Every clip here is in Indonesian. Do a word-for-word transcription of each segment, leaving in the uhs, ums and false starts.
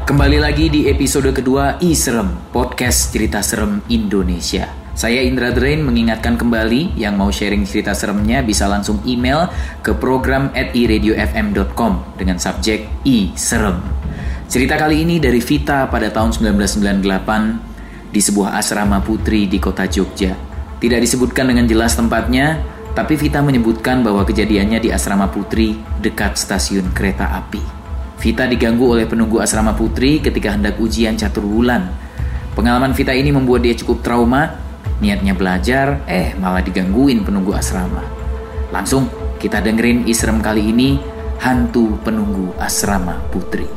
Kembali lagi di episode kedua I-Serem, podcast cerita serem Indonesia. Saya Indra Drain mengingatkan kembali yang mau sharing cerita seremnya bisa langsung email ke program at i radio f m dot com dengan subjek I-Serem. Cerita kali ini dari Vita pada tahun sembilan belas sembilan puluh delapan di sebuah asrama putri di kota Jogja. Tidak disebutkan dengan jelas tempatnya, tapi Vita menyebutkan bahwa kejadiannya di asrama putri dekat stasiun kereta api. Vita diganggu oleh penunggu asrama putri ketika hendak ujian catur wulan. Pengalaman Vita ini membuat dia cukup trauma. Niatnya belajar, eh malah digangguin penunggu asrama. Langsung kita dengerin I-Serem kali ini, Hantu Penunggu Asrama Putri.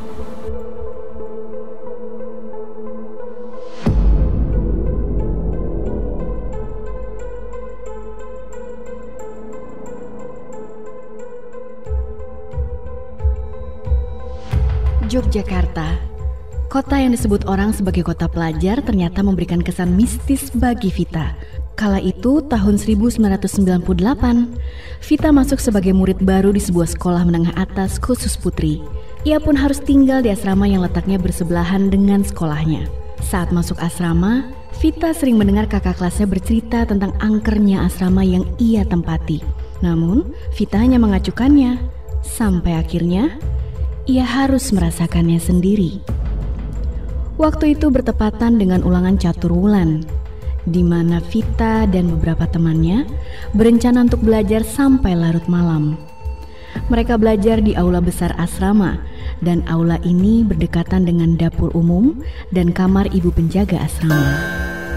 Yogyakarta, kota yang disebut orang sebagai kota pelajar ternyata memberikan kesan mistis bagi Vita. Kala itu tahun seribu sembilan ratus sembilan puluh delapan, Vita masuk sebagai murid baru di sebuah sekolah menengah atas khusus putri. Ia pun harus tinggal di asrama yang letaknya bersebelahan dengan sekolahnya. Saat masuk asrama, Vita sering mendengar kakak kelasnya bercerita tentang angkernya asrama yang ia tempati. Namun, Vita hanya mengacukannya, sampai akhirnya ia harus merasakannya sendiri. Waktu itu bertepatan dengan ulangan catur wulan, di mana Vita dan beberapa temannya berencana untuk belajar sampai larut malam. Mereka belajar di aula besar asrama, dan aula ini berdekatan dengan dapur umum dan kamar ibu penjaga asrama.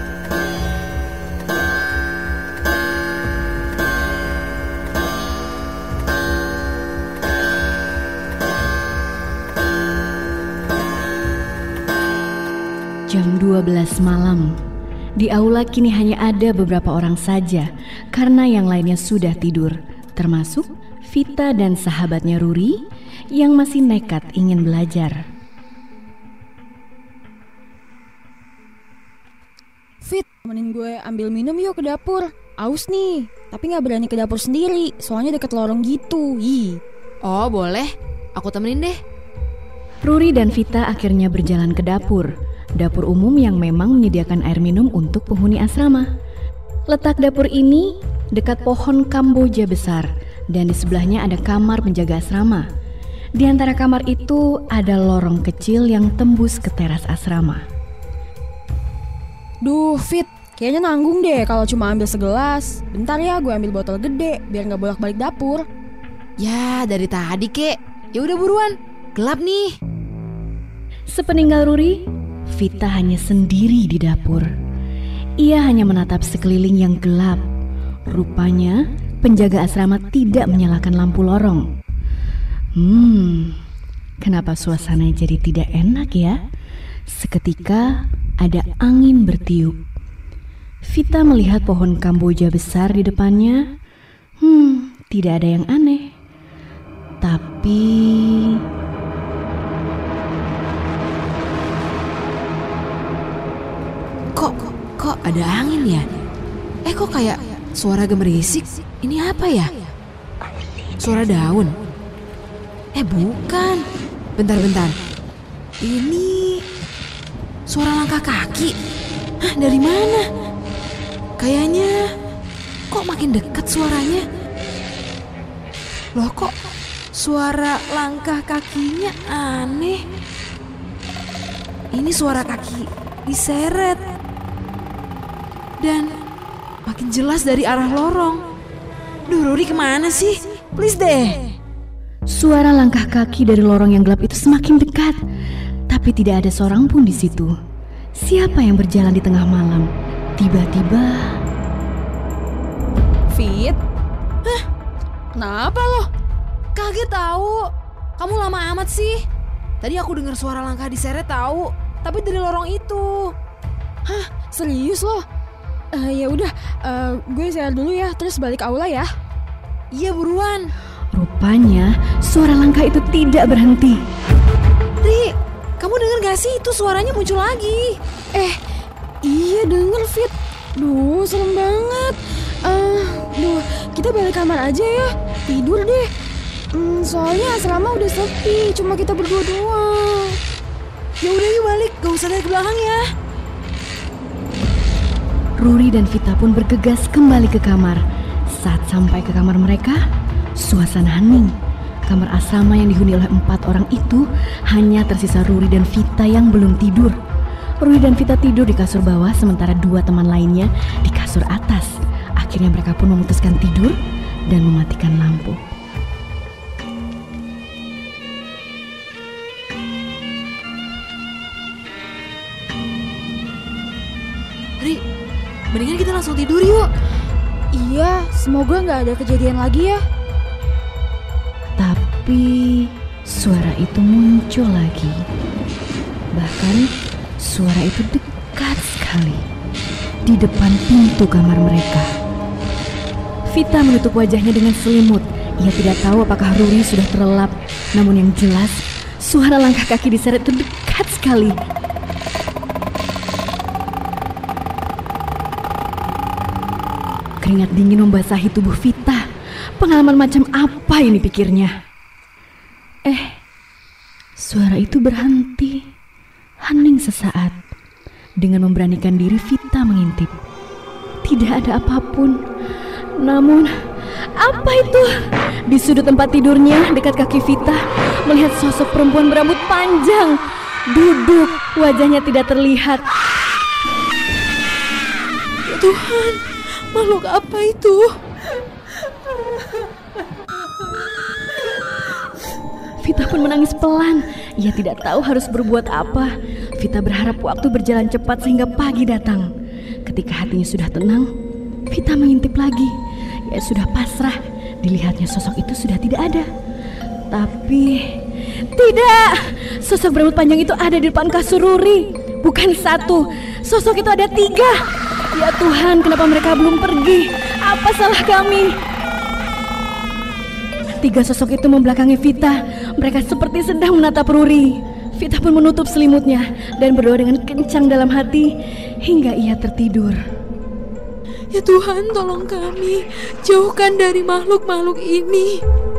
Jam dua belas malam. Di aula kini hanya ada beberapa orang saja karena yang lainnya sudah tidur, termasuk Vita dan sahabatnya Ruri yang masih nekat ingin belajar. Fit, temenin gue ambil minum yuk ke dapur. Aus nih, tapi gak berani ke dapur sendiri, soalnya deket lorong gitu. Ih. Oh boleh, aku temenin deh. Ruri dan Vita akhirnya berjalan ke dapur. Dapur umum yang memang menyediakan air minum untuk penghuni asrama. Letak dapur ini dekat pohon kamboja besar dan di sebelahnya ada kamar penjaga asrama. Di antara kamar itu ada lorong kecil yang tembus ke teras asrama. Duh Fit, kayaknya nanggung deh kalau cuma ambil segelas. Bentar ya, gue ambil botol gede biar gak bolak-balik dapur. Ya dari tadi kek. Ya udah buruan, gelap nih. Sepeninggal Ruri, Vita hanya sendiri di dapur. Ia hanya menatap sekeliling yang gelap. Rupanya penjaga asrama tidak menyalakan lampu lorong. Hmm, kenapa suasananya jadi tidak enak ya? Seketika ada angin bertiup. Vita melihat pohon kamboja besar di depannya. Hmm, tidak ada yang aneh. Tapi Kok, kok ada angin ya? Eh kok kayak suara gemerisik? Ini apa ya? Suara daun? Eh bukan. Bentar-bentar. Ini suara langkah kaki. Hah, dari mana? Kayaknya kok makin dekat suaranya. Loh kok suara langkah kakinya aneh. Ini suara kaki diseret. Dan makin jelas dari arah lorong. Duh, Ruri kemana sih? Please deh. Suara langkah kaki dari lorong yang gelap itu semakin dekat, tapi tidak ada seorang pun di situ. Siapa yang berjalan di tengah malam? Tiba-tiba, Fit? Hah? Kenapa lo? Kaget tahu. Kamu lama amat sih. Tadi aku dengar suara langkah diseret tahu, tapi dari lorong itu. Hah? Serius lo? Uh, ya udah, uh, gue share dulu ya, terus balik aula ya. Iya buruan. Rupanya suara langkah itu tidak berhenti. Ri, kamu denger gak sih itu suaranya muncul lagi? Eh, iya denger Fit. Duh, serem banget. Uh, duh, kita balik kamar aja ya. Tidur deh. Hmm, soalnya asrama udah sepi, cuma kita berdua doang. Ya udah yuk balik, gak usah dari belakang ya. Ruri dan Vita pun bergegas kembali ke kamar. Saat sampai ke kamar mereka, suasana hening. Kamar asrama yang dihuni oleh empat orang itu hanya tersisa Ruri dan Vita yang belum tidur. Ruri dan Vita tidur di kasur bawah, sementara dua teman lainnya di kasur atas. Akhirnya mereka pun memutuskan tidur dan mematikan lampu. Ri, mendingan kita langsung tidur yuk. Iya, semoga nggak ada kejadian lagi ya. Tapi suara itu muncul lagi. Bahkan suara itu dekat sekali di depan pintu kamar mereka. Vita menutup wajahnya dengan selimut. Ia tidak tahu apakah Ruri sudah terlelap. Namun yang jelas, suara langkah kaki diseret itu dekat sekali. Keringat dingin membasahi tubuh Vita. Pengalaman macam apa ini pikirnya? Eh, suara itu berhenti. Hening sesaat. Dengan memberanikan diri Vita mengintip. Tidak ada apapun. Namun, apa itu? Di sudut tempat tidurnya dekat kaki Vita, melihat sosok perempuan berambut panjang. Duduk, wajahnya tidak terlihat. Ya Tuhan, makhluk apa itu? Vita pun menangis pelan. Ia tidak tahu harus berbuat apa. Vita berharap waktu berjalan cepat sehingga pagi datang. Ketika hatinya sudah tenang, Vita mengintip lagi. Ia sudah pasrah. Dilihatnya sosok itu sudah tidak ada. Tapi tidak, sosok berambut panjang itu ada di depan kasur Ruri. Bukan satu, sosok itu ada tiga. Ya Tuhan, kenapa mereka belum pergi? Apa salah kami? Tiga sosok itu membelakangi Vita. Mereka seperti sedang menatap Ruri. Vita pun menutup selimutnya dan berdoa dengan kencang dalam hati hingga ia tertidur. Ya Tuhan, tolong kami, jauhkan dari makhluk-makhluk ini.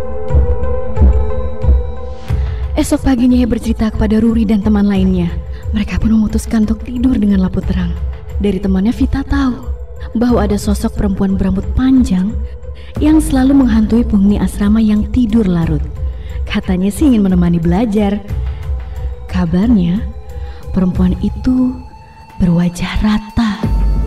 Esok paginya ia bercerita kepada Ruri dan teman lainnya. Mereka pun memutuskan untuk tidur dengan lampu terang. Dari temannya Vita tahu bahwa ada sosok perempuan berambut panjang yang selalu menghantui penghuni asrama yang tidur larut. Katanya sih ingin menemani belajar. Kabarnya perempuan itu berwajah rata.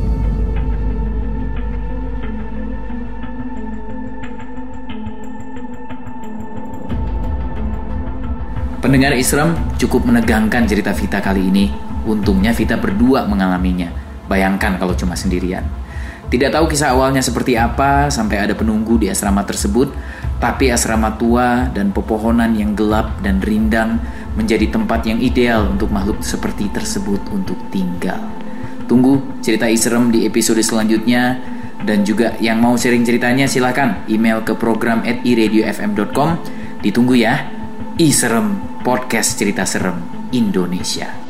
Pendengar Isrem, cukup menegangkan cerita Vita kali ini. Untungnya Vita berdua mengalaminya. Bayangkan kalau cuma sendirian. Tidak tahu kisah awalnya seperti apa sampai ada penunggu di asrama tersebut, tapi asrama tua dan pepohonan yang gelap dan rindang menjadi tempat yang ideal untuk makhluk seperti tersebut untuk tinggal. Tunggu cerita Isrem di episode selanjutnya, dan juga yang mau sharing ceritanya silakan email ke program at i radio f m dot com. Ditunggu ya. Isrem, podcast cerita serem Indonesia.